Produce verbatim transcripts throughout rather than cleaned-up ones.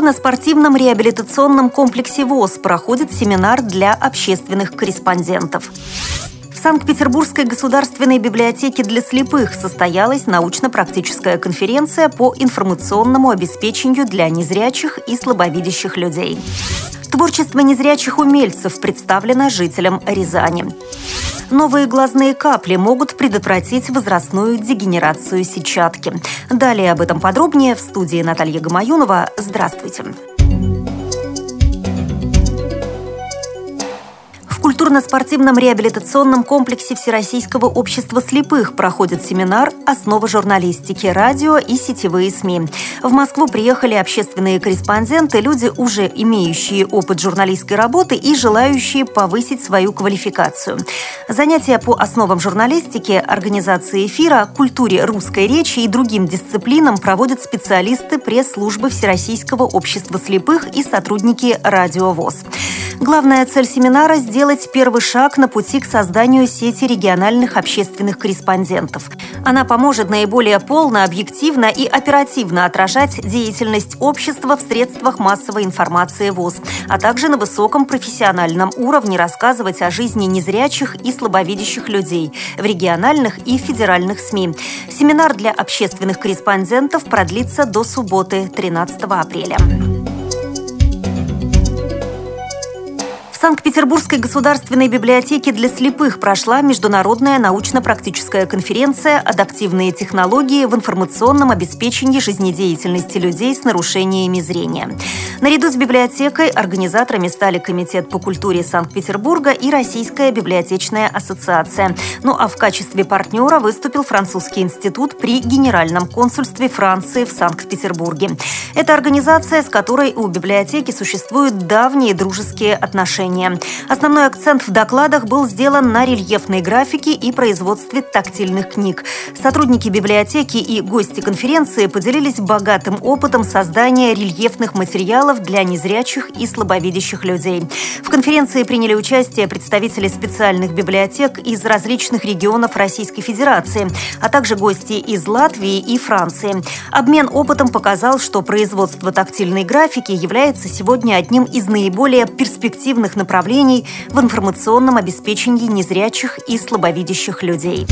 культурно-спортивном реабилитационном комплексе ВОС проходит семинар для общественных корреспондентов. В Санкт-Петербургской государственной библиотеке для слепых состоялась научно-практическая конференция по информационному обеспечению для незрячих и слабовидящих людей. Творчество незрячих умельцев представлено жителям Рязани. Новые глазные капли могут предотвратить возрастную дегенерацию сетчатки. Далее об этом подробнее в студии Наталья Гамаюнова. Здравствуйте. В культурно-спортивном реабилитационном комплексе Всероссийского общества слепых проходит семинар «Основы журналистики, радио и сетевые СМИ». В Москву приехали общественные корреспонденты, люди, уже имеющие опыт журналистской работы и желающие повысить свою квалификацию. Занятия по основам журналистики, организации эфира, культуре русской речи и другим дисциплинам проводят специалисты пресс-службы Всероссийского общества слепых и сотрудники Радио ВОС. Главная цель семинара – сделать первый шаг на пути к созданию сети региональных общественных корреспондентов. Она поможет наиболее полно, объективно и оперативно отражать деятельность общества в средствах массовой информации ВОС, а также на высоком профессиональном уровне рассказывать о жизни незрячих и слабовидящих людей в региональных и федеральных СМИ. Семинар для общественных корреспондентов продлится до субботы, тринадцатого апреля. В Санкт-Петербургской государственной библиотеке для слепых прошла международная научно-практическая конференция «Адаптивные технологии в информационном обеспечении жизнедеятельности людей с нарушениями зрения». Наряду с библиотекой организаторами стали Комитет по культуре Санкт-Петербурга и Российская библиотечная ассоциация. Ну а в качестве партнера выступил Французский институт при Генеральном консульстве Франции в Санкт-Петербурге. Это организация, с которой у библиотеки существуют давние дружеские отношения. Основной акцент в докладах был сделан на рельефной графике и производстве тактильных книг. Сотрудники библиотеки и гости конференции поделились богатым опытом создания рельефных материалов для незрячих и слабовидящих людей. В конференции приняли участие представители специальных библиотек из различных регионов Российской Федерации, а также гости из Латвии и Франции. Обмен опытом показал, что производство тактильной графики является сегодня одним из наиболее перспективных направлений в информационном обеспечении незрячих и слабовидящих людей.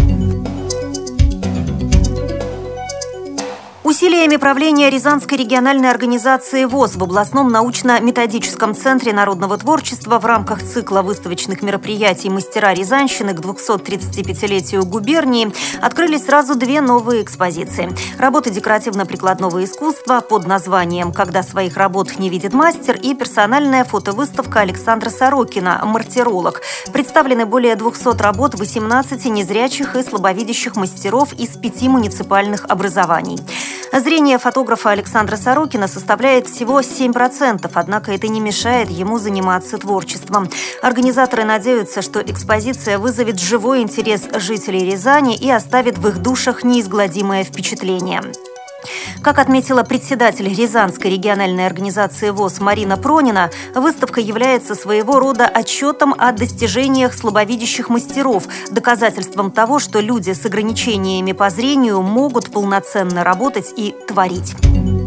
Усилиями правления Рязанской региональной организации ВОС в областном научно-методическом центре народного творчества в рамках цикла выставочных мероприятий «Мастера Рязанщины» к двухсотридцатипятилетию губернии открылись сразу две новые экспозиции. Работы декоративно-прикладного искусства под названием «Когда своих работ не видит мастер» и персональная фотовыставка Александра Сорокина «Мартиролог». Представлены более двухсот работ восемнадцати незрячих и слабовидящих мастеров из пяти муниципальных образований. Зрение фотографа Александра Сорокина составляет всего семь процентов, однако это не мешает ему заниматься творчеством. Организаторы надеются, что экспозиция вызовет живой интерес жителей Рязани и оставит в их душах неизгладимое впечатление. Как отметила председатель Рязанской региональной организации ВОС Марина Пронина, выставка является своего рода отчетом о достижениях слабовидящих мастеров, доказательством того, что люди с ограничениями по зрению могут полноценно работать и творить.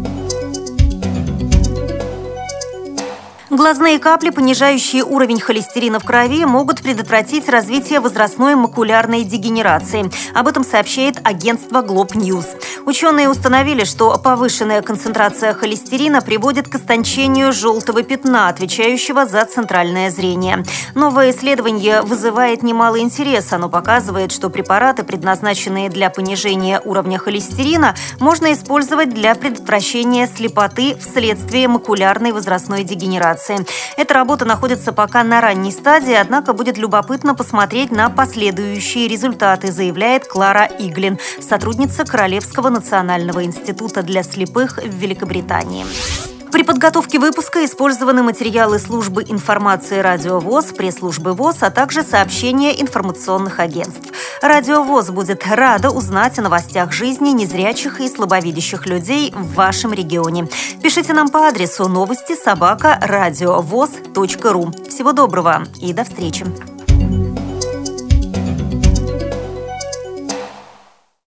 Глазные капли, понижающие уровень холестерина в крови, могут предотвратить развитие возрастной макулярной дегенерации. Об этом сообщает агентство Globe News. Ученые установили, что повышенная концентрация холестерина приводит к истончению желтого пятна, отвечающего за центральное зрение. Новое исследование вызывает немало интереса. Оно показывает, что препараты, предназначенные для понижения уровня холестерина, можно использовать для предотвращения слепоты вследствие макулярной возрастной дегенерации. Эта работа находится пока на ранней стадии, однако будет любопытно посмотреть на последующие результаты, заявляет Клара Иглин, сотрудница Королевского национального института для слепых в Великобритании. При подготовке выпуска использованы материалы службы информации Радио ВОС, пресс-службы ВОС, а также сообщения информационных агентств. Радио ВОС будет рада узнать о новостях жизни незрячих и слабовидящих людей в вашем регионе. Пишите нам по адресу новости собака радиовос точка ру. Всего доброго и до встречи!